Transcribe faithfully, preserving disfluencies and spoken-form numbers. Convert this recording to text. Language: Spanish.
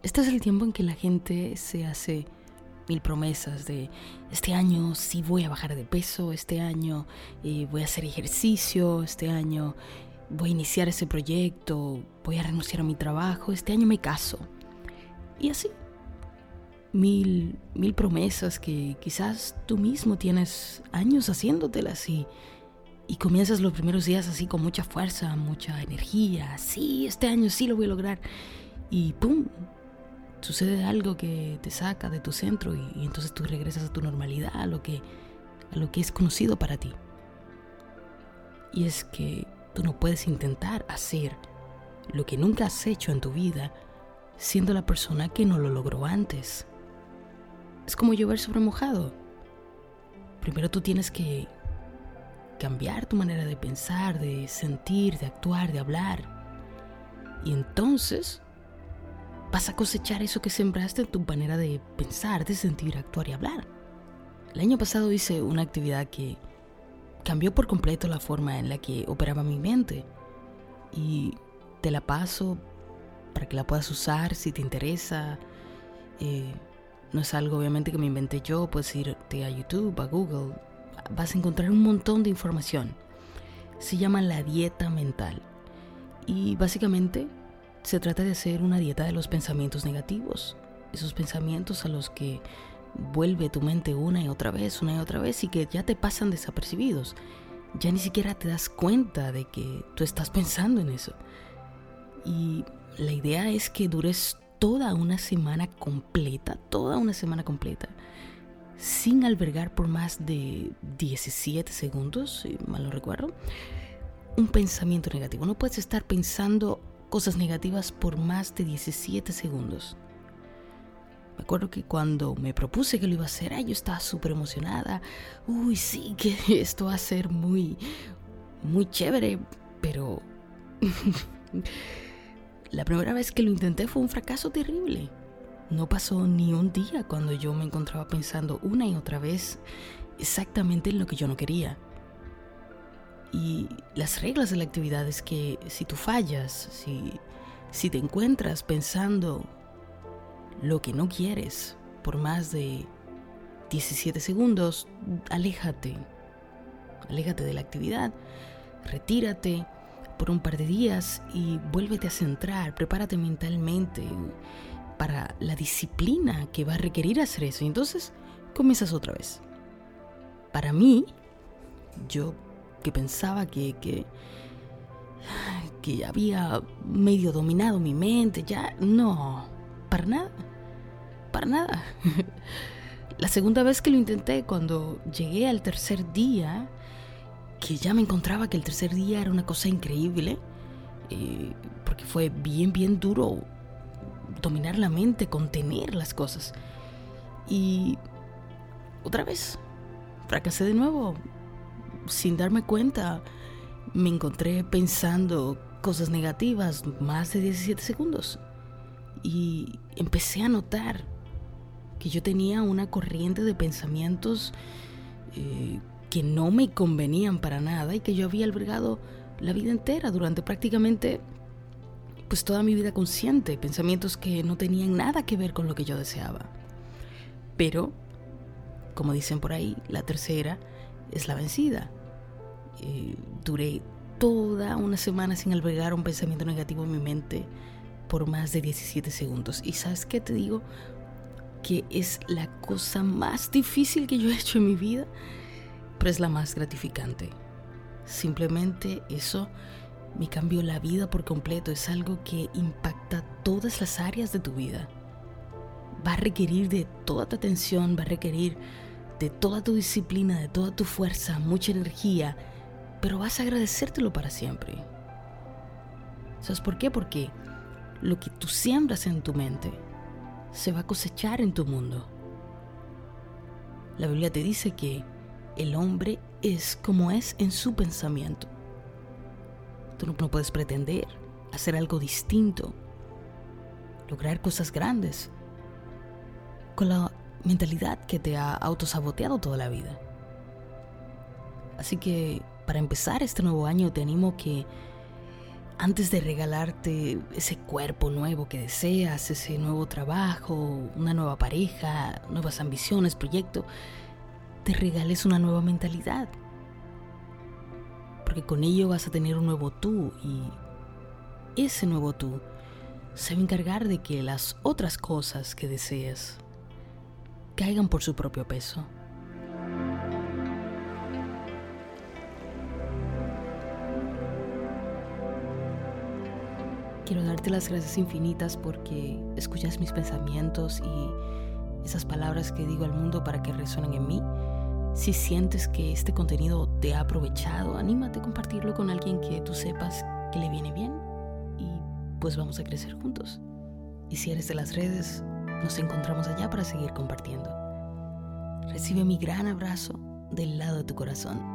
Este es el tiempo en que la gente se hace mil promesas de este año sí voy a bajar de peso, este año eh, voy a hacer ejercicio, este año voy a iniciar ese proyecto, voy a renunciar a mi trabajo, este año me caso. Y así, mil, mil promesas que quizás tú mismo tienes años haciéndotelas y, y comienzas los primeros días así con mucha fuerza, mucha energía. Sí, este año sí lo voy a lograr. Y ¡pum! Sucede algo que te saca de tu centro y, y entonces tú regresas a tu normalidad, a lo que, a lo que es conocido para ti. Y es que tú no puedes intentar hacer lo que nunca has hecho en tu vida siendo la persona que no lo logró antes. Es como llover sobre mojado. Primero tú tienes que cambiar tu manera de pensar, de sentir, de actuar, de hablar. Y entonces vas a cosechar eso que sembraste en tu manera de pensar, de sentir, actuar y hablar. El año pasado hice una actividad que cambió por completo la forma en la que operaba mi mente. Y te la paso para que la puedas usar si te interesa. Eh, no es algo obviamente que me inventé yo. Puedes irte a YouTube, a Google. Vas a encontrar un montón de información. Se llama la dieta mental. Y básicamente se trata de hacer una dieta de los pensamientos negativos. Esos pensamientos a los que vuelve tu mente una y otra vez, una y otra vez y que ya te pasan desapercibidos. Ya ni siquiera te das cuenta de que tú estás pensando en eso. Y la idea es que dures toda una semana completa, toda una semana completa, sin albergar por más de diecisiete segundos, si mal no recuerdo, un pensamiento negativo. No puedes estar pensando cosas negativas por más de diecisiete segundos. Me acuerdo que cuando me propuse que lo iba a hacer, ay, yo estaba súper emocionada. Uy, sí, que esto va a ser muy, muy chévere, pero la primera vez que lo intenté fue un fracaso terrible. No pasó ni un día cuando yo me encontraba pensando una y otra vez exactamente en lo que yo no quería. Y las reglas de la actividad es que si tú fallas, si, si te encuentras pensando lo que no quieres por más de diecisiete segundos, aléjate. Aléjate de la actividad, retírate por un par de días y vuélvete a centrar. Prepárate mentalmente para la disciplina que va a requerir hacer eso. Y entonces comienzas otra vez. Para mí, yo que pensaba que, que, que ya había medio dominado mi mente, ya no, para nada, para nada. La segunda vez que lo intenté, cuando llegué al tercer día, que ya me encontraba que el tercer día era una cosa increíble, eh, porque fue bien, bien duro dominar la mente, contener las cosas. Y otra vez, fracasé de nuevo. Sin darme cuenta, me encontré pensando cosas negativas más de diecisiete segundos. Y empecé a notar que yo tenía una corriente de pensamientos eh, que no me convenían para nada y que yo había albergado la vida entera, durante prácticamente pues toda mi vida consciente, pensamientos que no tenían nada que ver con lo que yo deseaba. Pero, como dicen por ahí, la tercera es la vencida. Eh, duré toda una semana sin albergar un pensamiento negativo en mi mente por más de diecisiete segundos. ¿Y sabes qué te digo? Que es la cosa más difícil que yo he hecho en mi vida, pero es la más gratificante. Simplemente eso me cambió la vida por completo. Es algo que impacta todas las áreas de tu vida. Va a requerir de toda tu atención, va a requerir de toda tu disciplina, de toda tu fuerza, mucha energía, pero vas a agradecértelo para siempre. ¿Sabes por qué? Porque lo que tú siembras en tu mente se va a cosechar en tu mundo. La Biblia te dice que el hombre es como es en su pensamiento. Tú no, no puedes pretender hacer algo distinto, lograr cosas grandes con la mentalidad que te ha autosaboteado toda la vida. Así que para empezar este nuevo año te animo que antes de regalarte ese cuerpo nuevo que deseas, ese nuevo trabajo, una nueva pareja, nuevas ambiciones, proyecto, te regales una nueva mentalidad. Porque con ello vas a tener un nuevo tú y ese nuevo tú se va a encargar de que las otras cosas que deseas caigan por su propio peso. Quiero darte las gracias infinitas porque escuchas mis pensamientos y esas palabras que digo al mundo para que resuenen en mí. Si sientes que este contenido te ha aprovechado, anímate a compartirlo con alguien que tú sepas que le viene bien y pues vamos a crecer juntos. Y si eres de las redes, nos encontramos allá para seguir compartiendo. Recibe mi gran abrazo del lado de tu corazón.